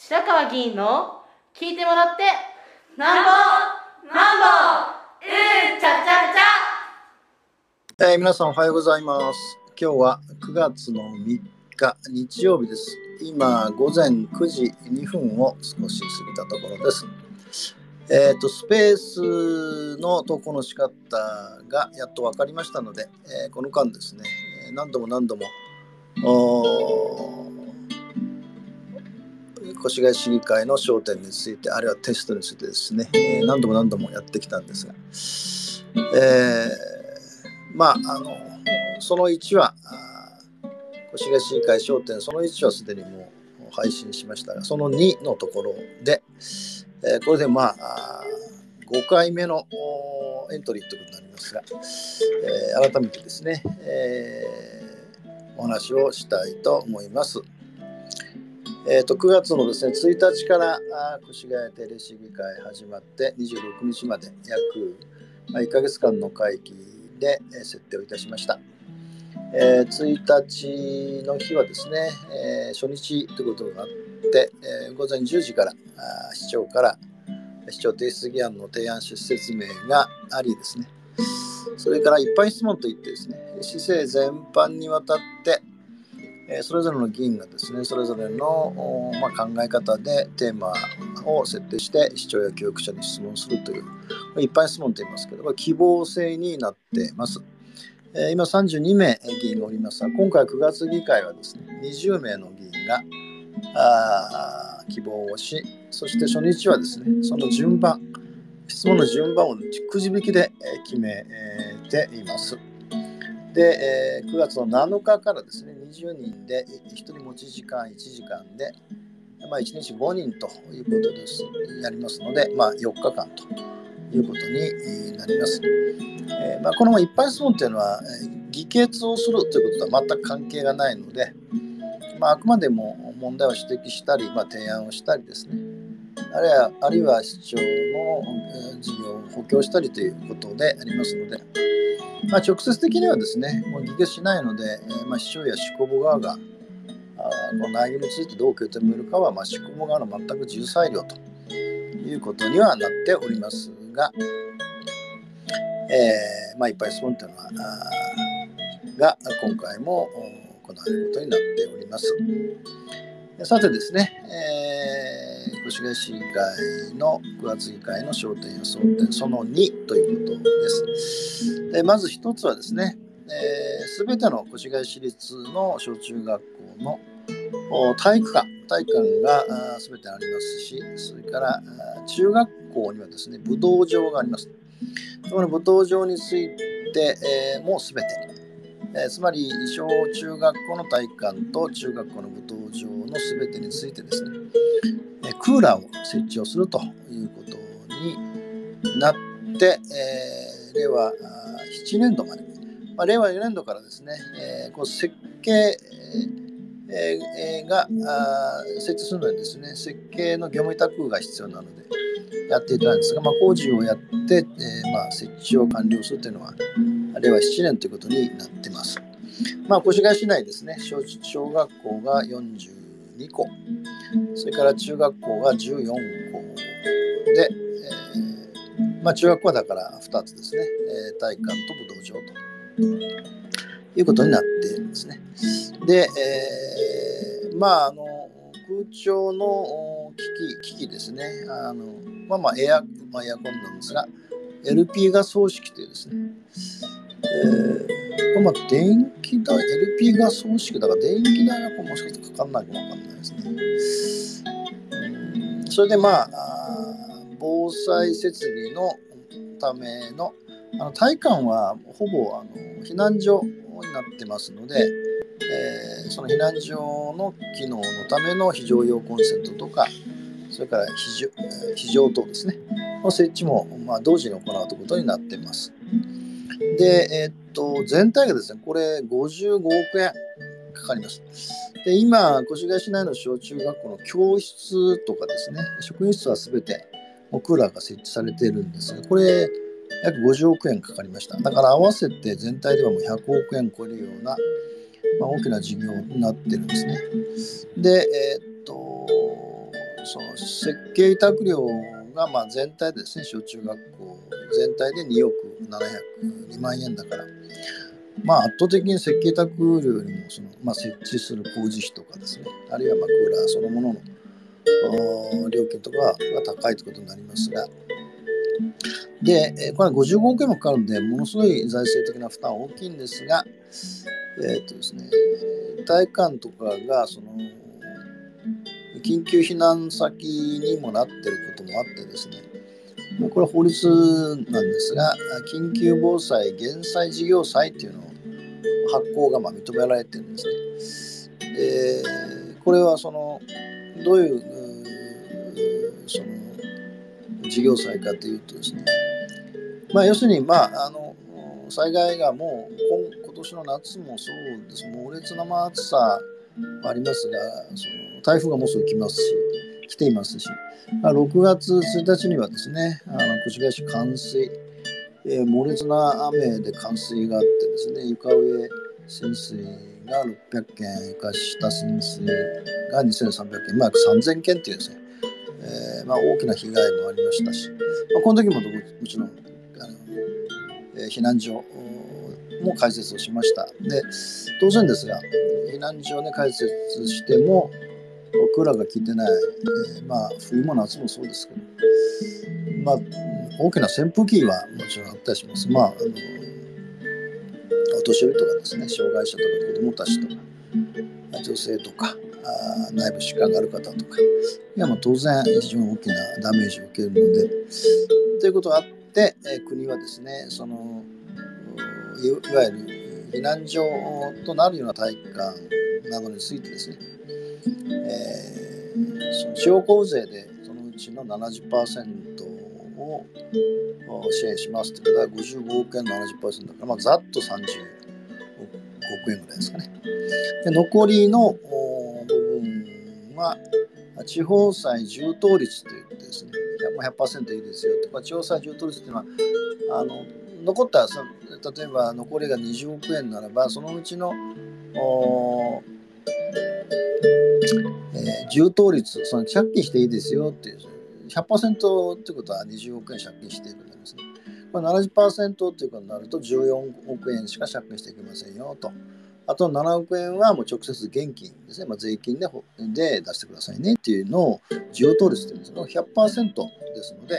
白川議員の聞いてもらってなんぼちゃちゃちゃ。 皆さんおはようございます。今日は9月の3日日曜日です。今午前9時2分を少し過ぎたところです。スペースの投稿の仕方がやっと分かりましたので、この間ですね、何度も越谷市議会の焦点について、あるいはテストについてですね、何度もやってきたんですが、その1は越谷市議会焦点、その1はすでにもう配信しましたが、その2のところで、これで5回目のエントリーということになりますが、改めてですね、お話をしたいと思います。9月のですね、1日から越谷定例市議会始まって26日まで約1ヶ月間の会期で設定をいたしました。1日の日はですね、初日ということがあって、午前10時から市長提出議案の提案趣旨説明がありですね、それから一般質問といってですね、市政全般にわたってそれぞれの議員がですね、それぞれの考え方でテーマを設定して市長や教育者に質問するという一般質問と言いますけど、希望制になっています。今32名議員がおりますが、今回9月議会はですね、20名の議員が希望をし、そして初日はですね、その質問の順番をくじ引きで決めています。で、9月の7日からですね、20人で1人持ち時間1時間で、1日5人ということです。やりますので、4日間ということになります。この一般質問というのは、議決をするということとは全く関係がないので、あくまでも問題を指摘したり、提案をしたりですね、あるいは市長の事業を補強したりということでありますので、直接的にはですね、もう議決しないので、市長や市公募側がこの内容についてどう受け止めるかは、市公募側の全く自由裁量ということにはなっておりますが、一般質問というのが今回も行われることになっております。さてですね、越谷市議会の9月議会の焦点や争点その2ということです。でまず一つはですね、すべての越谷市立の小中学校の体育館がすべてありますし、それから中学校にはですね、武道場があります。この武道場について、もうすべて、つまり小中学校の体育館と中学校の武道場のすべてについてですね、クーラーを設置をするということになって、令和7年度まで、令和4年度からですね、設計が設置するのにですね、設計の業務委託が必要なのでやっていたんですが、工事をやって、設置を完了するというのは令和7年ということになっています。越谷市内ですね、小学校が42校、それから中学校が14校で、中学校はだから2つですね、体育館と武道場ということになっているんですね。で、空調の機器ですね、エアコンなんですが、LP ガス方式というですね、電気代、LP ガス方式だから電気代がもしかしたらかかんないかもわかんないですね。それで防災設備のための体育館はほぼ避難所になってますので、その避難所の機能のための非常用コンセントとか、それから非常灯ですねの設置も同時に行うということになっています。で、全体がですね、これ55億円かかります。で、今、越谷市内の小中学校の教室とかですね、職員室はすべてクーラーが設置されているんですが、これ約50億円かかりました。だから合わせて全体ではもう100億円超えるような、大きな事業になっているんですね。で、 その設計委託料が全体でですね、小中学校全体で2億702万円だから、圧倒的に設計委託料よりも設置する工事費とかですね、あるいはクーラーそのものの料金とかが高いということになりますが、で、これは55億円もかかるので、ものすごい財政的な負担は大きいんですが、ですね、体育館とかが緊急避難先にもなっていることもあってですね、これは法律なんですが、緊急防災減災事業債というのを発行が認められているんですね。で、これはどういう事業債かというとですね、要するに災害がもう今年の夏もそうです。猛烈な暑さありますが、台風がもうすぐ来ていますし、6月1日にはですね、越谷市冠水、猛烈な雨で冠水があってですね、床上浸水が600件、床下浸水が2300件、約3000件というですね、大きな被害もありましたし、この時ももちろん避難所も開設をしました。で、当然ですが、避難所を開設してもクーラーが効いてない、冬も夏もそうですけど、大きな扇風機はもちろんあったりします。お年寄りとかですね、障害者とか子どもたちとか女性とか内部疾患がある方とか当然非常に大きなダメージを受けるので、ということがあって、国はですね、いわゆる避難所となるような体育館などについてですね、地方交税でそのうちの 70% を支援しますということは55億円の 70% だから、ざっと35億円ぐらいですかね。で、残りの部分は地方債充当率といってですね、100% いいですよと。地方債充当率というのは残った例えば残りが20億円ならば、そのうちの充当率、借金していいですよっていう 100% ってことは20億円借金していることですね。これ 70% っていうことになると14億円しか借金していけませんよと。あと7億円はもう直接現金ですね、税金で出してくださいねっていうのを充当率というんですけど 100% ですので、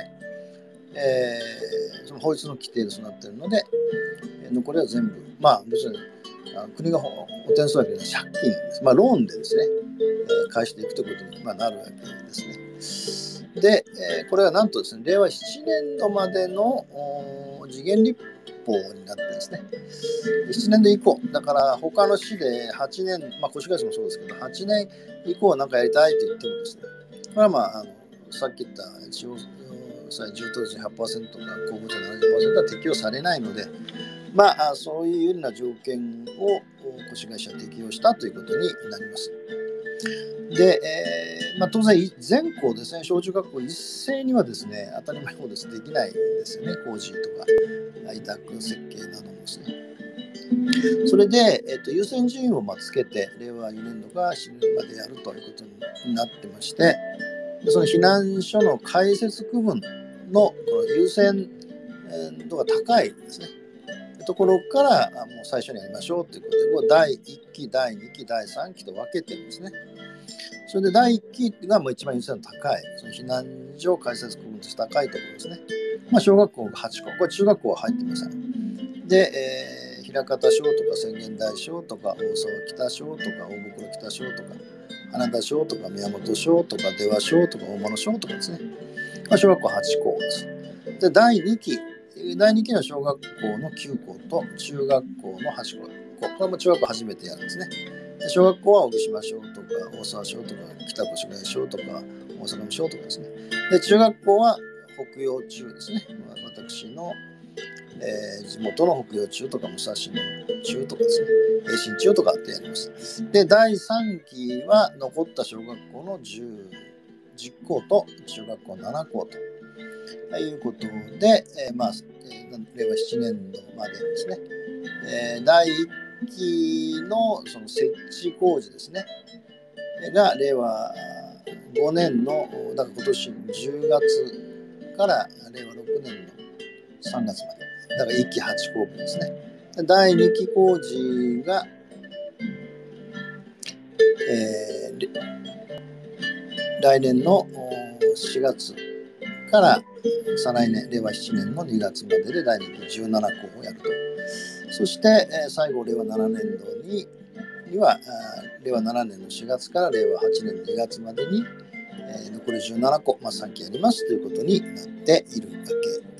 その法律の規定でそうなっているので、残りは全部、別に国が補填するわけでは借金です。ローンでですね、返していくということになるわけですね。で、これはなんとですね、令和7年度までの時限立法になってですね、7年度以降、だから他の市で8年、越谷市もそうですけど、8年以降なんかやりたいと言ってもですね、これはさっき言った地方債充当率 100% が公募税 70% は適用されないので、そういう有利な条件を越谷市は適用したということになります。で、当然全校ですね、小中学校一斉にはですね、当たり前もですできないですよね、工事とか委託設計などもですね。それで、優先順位をつけて、令和2年度が4年までやるということになってまして、その避難所の開設区分の優先度が高いですね。ところからもう最初にやりましょうということで、第1期、第2期、第3期と分けてるんですね。それで第1期がもう一番優先度高い、その避難所開設区分として高いところですね。小学校が8校、これ中学校は入ってません。で、枚方小とか浅間大小とか大沢北小とか大袋北小とか花田小とか宮本小とか出羽小とか大物小とかですね。小学校8校です。で、第2期の小学校の9校と中学校の8校。これも中学校初めてやるんですね。で、小学校は小木島小とか大沢小とか北越谷小とか大阪小とかですね。で、中学校は北陽中ですね。私の、地元の北陽中とか武蔵野中とかですね。栄新中とかってやります。で、第3期は残った小学校の10校と中学校7校ということで、令和7年度までですね、第1期のその設置工事ですねが令和 5年の、だから今年の10月から令和6年の3月まで、だから1期8工分ですね。第2期工事が、来年の4月から再来年、令和7年の2月までで第2期17項をやると。そして、最後、令和7年度には、令和7年の4月から令和8年の2月までに、残り17個、3期やりますということになっているわけです。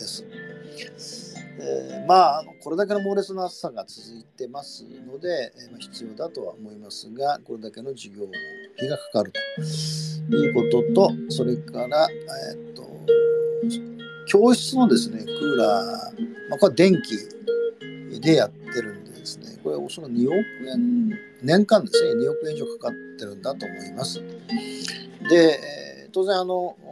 これだけの猛烈な暑さが続いてますので、必要だとは思いますが、これだけの事業費がかかるということと、それから、教室のですね、クーラー、これは電気でやってるんでですね、これおそらく2億円、年間ですね、2億円以上かかってるんだと思います。で、当然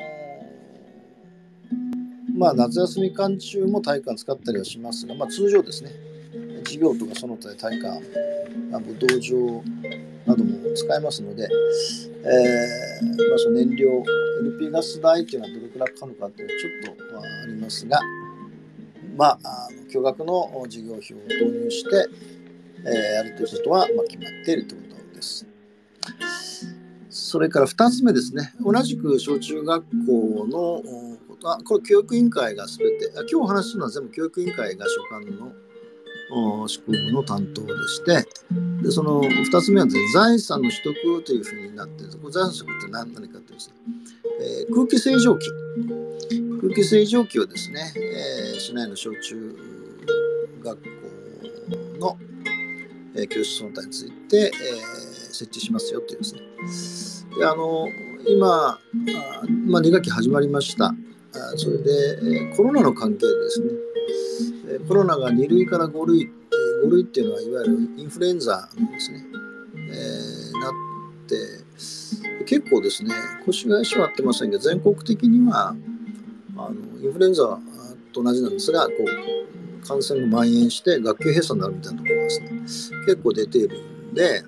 夏休み間中も体育館使ったりはしますが、通常ですね、授業とかその他で体育館、武道場なども使えますので、その燃料、LP ガス代というのはどれくらいかかるのかというのはちょっとはありますが、巨額の事業費を導入して、やるということは決まっているということです。それから2つ目ですね、同じく小中学校のこれ教育委員会がすべて、今日お話しするのは全部教育委員会が所管の職務の担当でして、でその2つ目はですね、財産の取得というふうになっているんです。これ財産の取得って何かというとですね、空気清浄機をですね、市内の小中学校の、教室その他について、設置しますよというですね。で今、2学期始まりました。それで、コロナの関係でですね、コロナが2類から5類っていうのはいわゆるインフルエンザですね、なって結構ですね、越谷市は合ってませんけど、全国的にはインフルエンザと同じなんですが、感染が蔓延して学級閉鎖になるみたいなところがですね、結構出ているんで、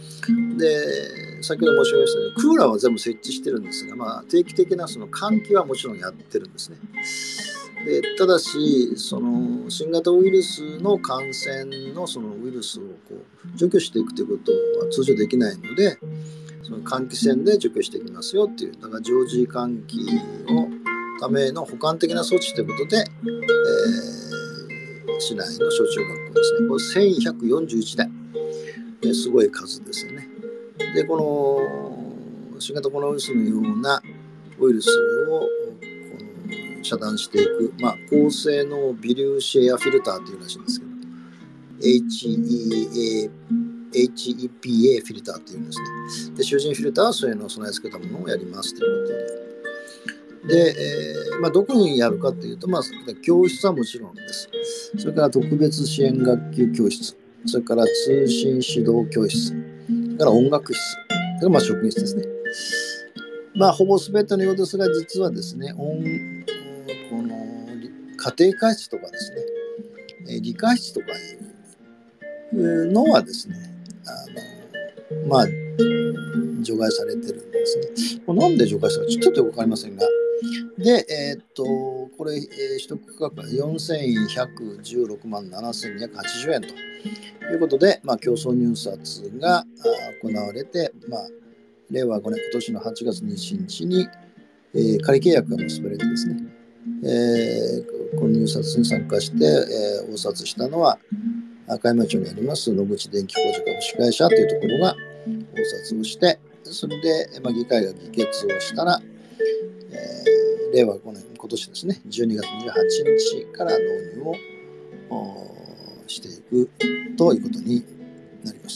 先ほど申し上げましたように、クーラーは全部設置してるんですが、定期的なその換気はもちろんやってるんですね。でただし、その新型ウイルスの感染のそのウイルスを除去していくということは通常できないので、その換気扇で除去していきますよっていう、だから常時換気のための補完的な措置ということで、市内の小中学校ですね、これ1141台、すごい数ですよね。で、この新型コロナウイルスのようなウイルスを遮断していく、高性能微粒子エアフィルターというらしいんですけど、HEPA フィルターというんですね。で、囚人フィルターはそういうのを備え付けたものをやりますということで。で、どこにやるかというと、教室はもちろんです。それから特別支援学級教室、それから通信指導教室、それから音楽室、それから職員室ですね。ほぼ全てのようですが、実はですね、この家庭科室とかですね、理科室とかいうのはですね、除外されてるんですね。なんで除外したかちょっとよくわかりませんが。で、これ、取得価格は4116万7280円ということで、競争入札が行われて、令和5年、今年の8月27日に、仮契約が結ばれてですね、この入札に参加して、応札したのは、赤山町にあります野口電気工事株式会社というところが応札をして、それで、議会が議決をしたら、令和5年、今年ですね、12月28日から納入をしていくということになります。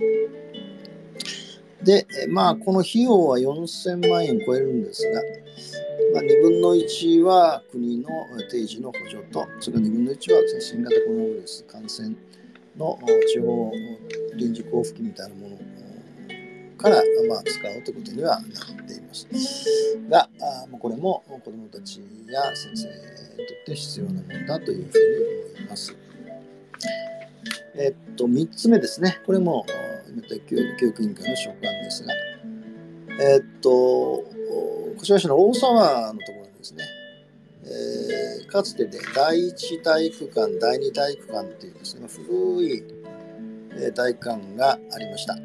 で、この費用は4000万円を超えるんですが、2分の1は国の定時の補助と、それから2分の1は新型コロナウイルス感染の地方臨時交付金みたいなものから使おうということにはなっていますが、これも子どもたちや先生にとって必要なものだというふうに思います。3つ目ですね。これも教育委員会の所管ですが、 越谷市の大沢のところにですね、かつてね、第一体育館、第二体育館っていうですね、古い体育館がありました。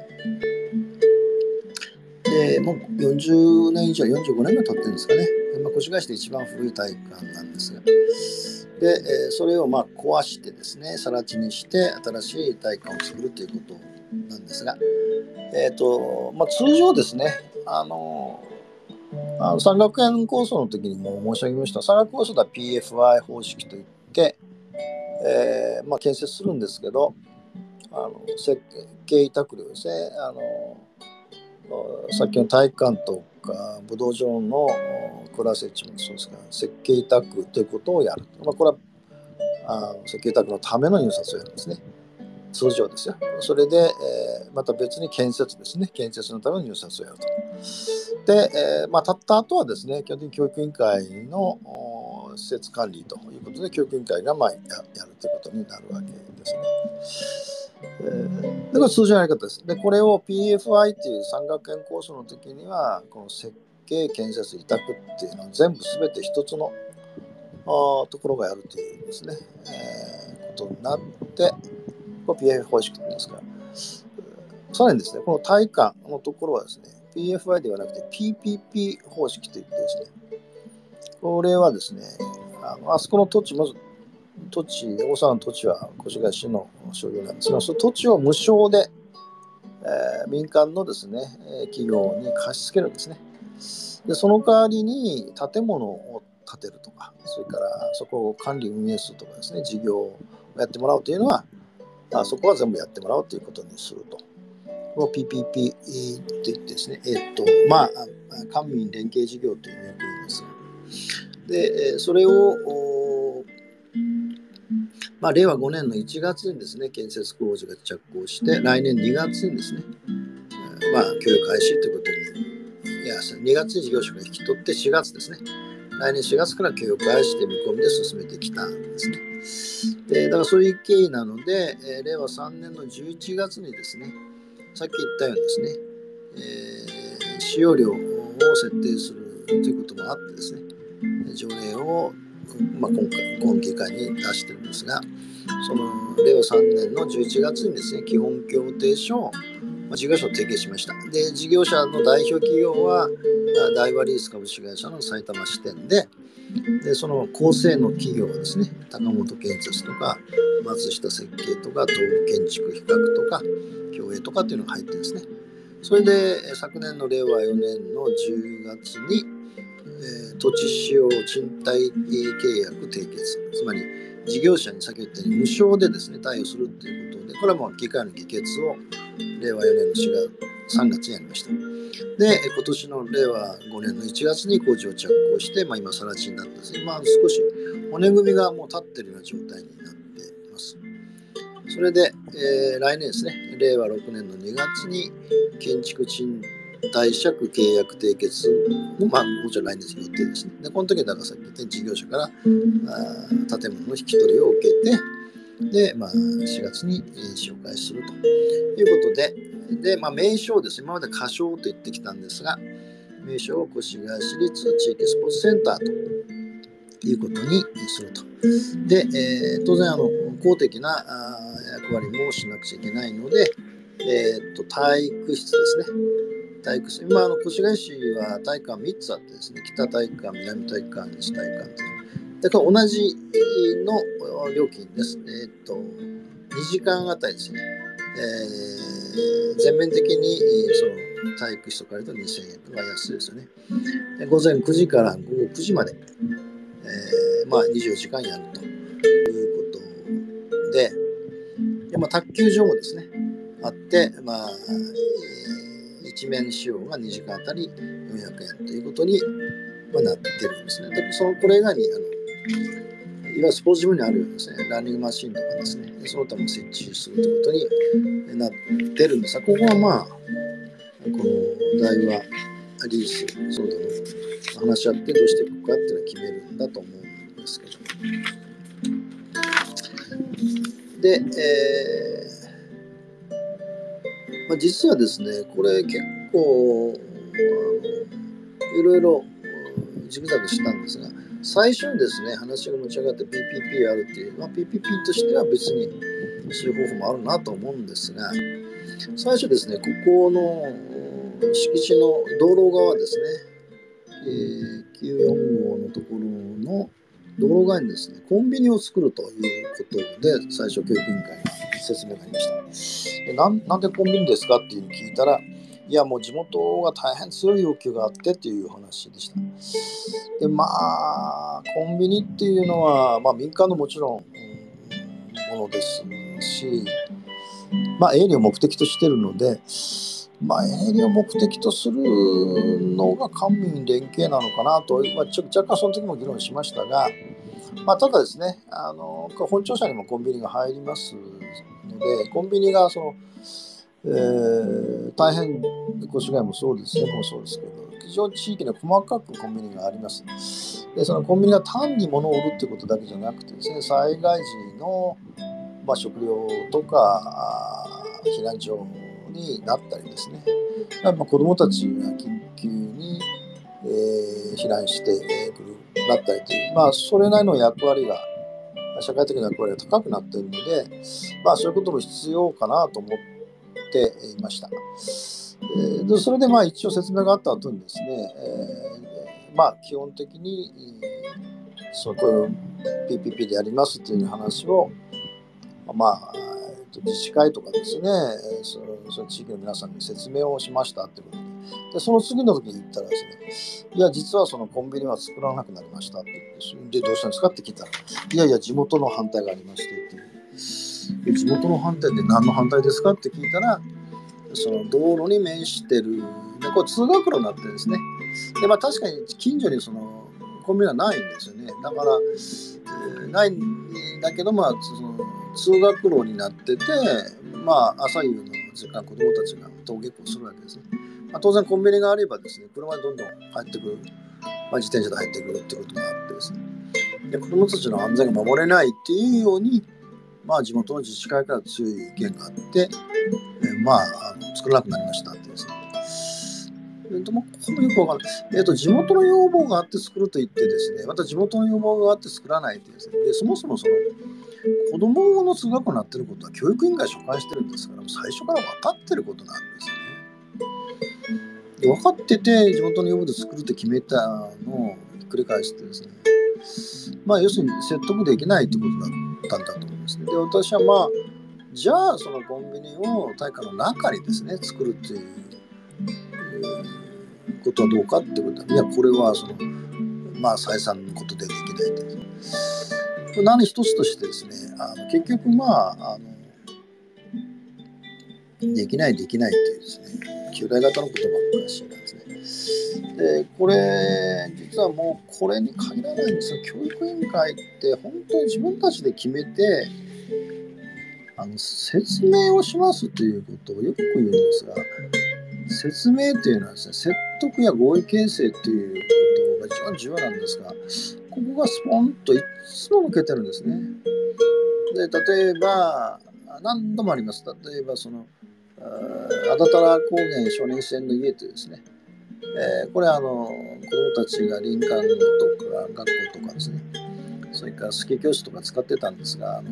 で、もう40年以上、45年が経ってるんですかね。越谷市で一番古い体育館なんですが。で、それを壊してですね、更地にして新しい体育館を作るということなんですが、通常ですね、産学園構想の時にも申し上げました、産学構想では PFI 方式といって、建設するんですけど、設計委託料ですね、さっきの体育館とか武道場のクラス設置もそうですが、設計委託ということをやる。これは設計委託のための入札をやるんですね。通常ですよ。それで、また別に建設ですね。建設のための入札をやると。で、たった後はですね、基本的に教育委員会の施設管理ということで、教育委員会がやるということになるわけですね。でこれ通常のやり方です。で、これを PFI という産学園構想の時には、この設計、建設、委託っていうのを全部全て一つのところがやるというですね、ことになって、これ PFI 方式というんですが、さらにですね、この体感のところはですね、PFI ではなくて PPP 方式といってですね、これはですね、あそこの土地、まず大沢の土地は越谷市の所有なんですが、その土地を無償で、民間のですね、企業に貸し付けるんですね。で、その代わりに建物を建てるとか、それからそこを管理運営するとかですね、事業をやってもらうというのは、そこは全部やってもらうということにすると。PPP といってですね、官民連携事業という役割です。で、それを、令和5年の1月にですね、建設工事が着工して、来年2月にですね、供与開始ということに、2月に事業者が引き取って4月ですね、来年4月から供与開始という見込みで進めてきたんですね。で、だからそういう経緯なので、令和3年の11月にですね、さっき言ったようにですね、使用料を設定するということもあってですね、条例を、今議会に出してるんですが、その令和3年の11月にですね、基本協定書を事業者と提携しました。で、事業者の代表企業は大和リース株式会社の埼玉支店で、その構成の企業はですね、高本建設とか松下設計とか東武建築比較とか共栄とかっていうのが入ってるんですね。それで昨年の令和4年の10月に、土地使用賃貸契約締結、つまり事業者に先ほど言ったように無償でですね、対応するということで、これはもう議会の議決を令和4年の3月にやりました。で、今年の令和5年の1月に工事を着工して、今更地になったんですね。少し骨組みがもう立っているような状態になっています。それで、来年ですね、令和6年の2月に建築賃貸借契約締結も、もちろん来年予定ですね。で、この時はだからさっき言った事業者から建物の引き取りを受けて、で、4月に紹介するということで、名称をですね、今まで仮称と言ってきたんですが、名称を越谷市立地域スポーツセンターということにすると。で、当然公的な役割もしなくちゃいけないので、体育室ですね。体育室。今、越谷市は体育館3つあってですね、北体育館、南体育館、西体育館と。で、これ同じの料金です。2時間あたりですね。全面的にその体育室を借りると2000円とか安いですよね。で午前9時から午後9時まで、24時間やるということで、卓球場もですね、あって、一面使用が2時間あたり400円ということになってるんですね。で、これ以外にいわゆるスポーツジムにあるようにですね、ランニングマシンとかですね、その他も設置するということになってるんですが、ここはこの大和リースソードの話し合ってどうしていくかっていうのを決めるんだと思うんですけど。で、実はですね、これ結構いろいろジグザグしたんですが、最初にですね、話が持ち上がって PPP あるっていう、PPP としては別にそういう方法もあるなと思うんですが、最初ですね、ここの敷地の道路側ですね、945号のところの道路側にですね、コンビニを作るということで、最初教育委員会が説明がありました。でなんでコンビニですかっていうのを聞いたら、いやもう地元が大変強い要求があってっていう話でした。でコンビニっていうのは、民間のもちろん、ものですし、営利を目的としているので、営利を目的とするのが官民連携なのかなと、若干その時も議論しましたが、ただですね、本庁舎にもコンビニが入りますので、コンビニが大変、越谷もそうですね、もそうですけど、非常に地域の細かくコンビニがあります。で、そのコンビニが単に物を売るっていうことだけじゃなくてですね、災害時の、食料とか避難所になったりですね、子どもたちが緊急に、避難してくるなったりという、それなりの役割が、社会的な役割が高くなっているので、そういうことも必要かなと思っていました。でそれで一応説明があった後にですね、基本的にこういう PPP でやりますっていう話を、自治会とかですね、その地域の皆さんに説明をしましたってことで、その次の時に言ったらですね、いや実はそのコンビニは作らなくなりましたって言って、でどうしたんですかって聞いたら、いや地元の反対がありましてって、地元の反対って何の反対ですかって聞いたら、その道路に面してる、でこれ通学路になってるんですね。で確かに近所にそのコンビニはないんですよね。だから、ないんだけどその通学路になってて、朝夕の時間子どもたちが登下校するわけですね。当然コンビニがあればですね、車でどんどん入ってくる、自転車で入ってくるってことがあってですね、で子どもたちの安全が守れないっていうように、地元の自治会から強い意見があって、作らなくなりましたってですね。でもここもよくわかんない。地元の要望があって作ると言ってですね、また地元の要望があって作らないってですね、でそもそもその子供の通学になっていることは教育委員会所管してるんですから、最初から分かってることなんですよね。で分かってて地元の要望で作るって決めたのをひっくり返してですね、要するに説得できないってことだったんだと思いますね。で私はじゃあそのコンビニを体育館の中にですね作るっていうことはどうかってことは、いやこれはその採算のことでできないと。何一つとしてですね、結局できないっていうですね、旧来型のことばっかしなんですね。でこれ実はもうこれに限らないんですよ。教育委員会って本当に自分たちで決めて説明をしますということをよく言うんですが、説明というのはですね、説得や合意形成ということが一番重要なんですが、ここがスポンといつも抜けてるんですね。で例えば何度もあります。例えばその安達太良高原少年線の家というですね、これ子どもたちが林間とか学校とかですね、それからスキー教室とか使ってたんですが、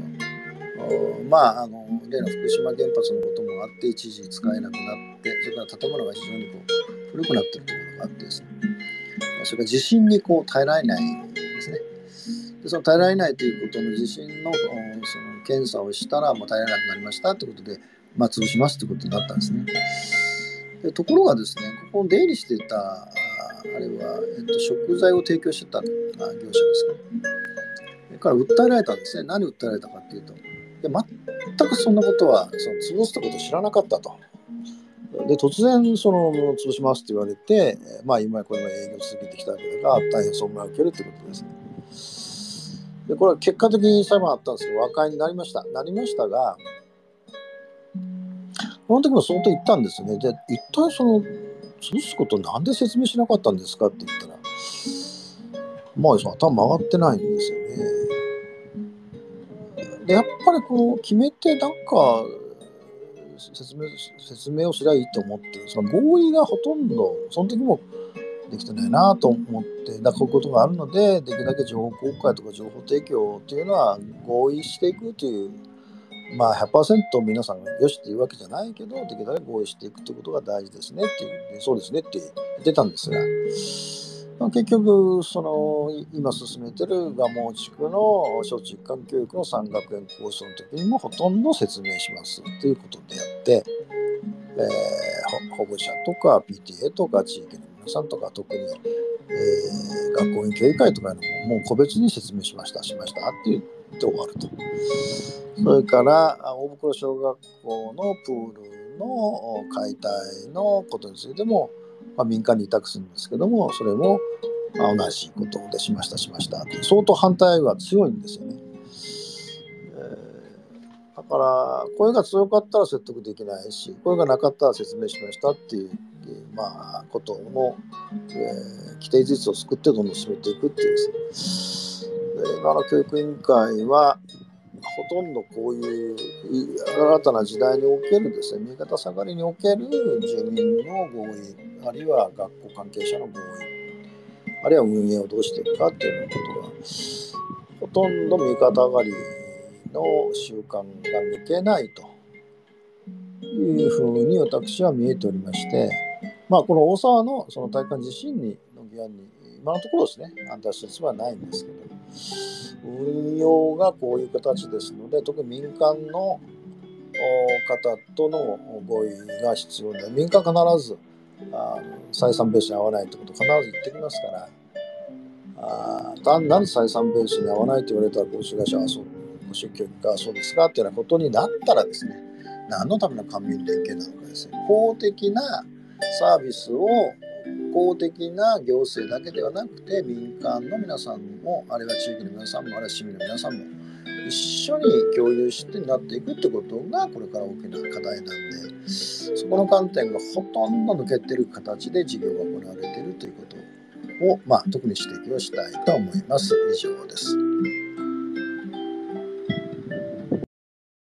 例の福島原発のこともあって一時使えなくなって、それから建物が非常に古くなっているところがあってですね、それから地震に耐えられないんですね。でその耐えられないということの地震のその検査をしたらもう耐えられなくなりましたということで、潰しますということになったんですね。でところがですね、ここを出入りしていたあれは、食材を提供してた業者ですかね。それから訴えられたんですね。何を訴えられたかというと、全くそんなことは潰すってことを知らなかったと。で突然潰しますって言われて、今これも営業続けてきたわけだから大変損害を受けるってことですね。でこれは結果的に裁判あったんですけど、和解になりましたが、この時も相当言ったんですよね。で一体潰すことをなんで説明しなかったんですかって言ったら、頭曲がってないんですよね。でやっぱり決めて説明をすればいいと思ってる。その合意がほとんどその時もできてないなと思って、こういうことがあるので、できるだけ情報公開とか情報提供というのは合意していくという、100% 皆さんがよしっていうわけじゃないけど、できるだけ合意していくということが大事ですねっていう、そうですねって言ってたんですが、結局今進めてる蒲生地区の小中一貫教育の3学園構想の時にもほとんど説明しますということであって、保護者とか PTA とか地域の皆さんとか特に、学校員協議会とかのもう個別に説明しましたって言って終わると。それから大袋小学校のプールの解体のことについても、民間に委託するんですけども、それも同じことでしましたって相当反対は強いんですよね。だから声が強かったら説得できないし、声がなかったら説明しましたっていう、ことの、規定事実を作ってどんどん進めていくっていうですね。で今の教育委員会はほとんどこういう新たな時代におけるですね、右肩下がりにおける住民の合意、あるいは学校関係者の合意、あるいは運営をどうしていくかっていうことがほとんど右肩上がりの習慣が抜けないというふうに私は見えておりまして、この大沢のその体育館自身の議案に今のところですね、反対するつもりはないんですけど、運用がこういう形ですので、特に民間の方との合意が必要で、民間必ず採算ベースに合わないということを必ず言ってきますから、なんで採算ベースに合わないと言われたら公衆会社は公衆教育がそうですかっていうようなことになったらですね、何のための官民連携なのかですね、公的なサービスを公的な行政だけではなくて、民間の皆さんも、あるいは地域の皆さんも、あるいは市民の皆さんも一緒に共有してなっていくってことがこれから大きな課題なんで、そこの観点がほとんど抜けてる形で事業が行われているということを、特に指摘をしたいと思います。以上です。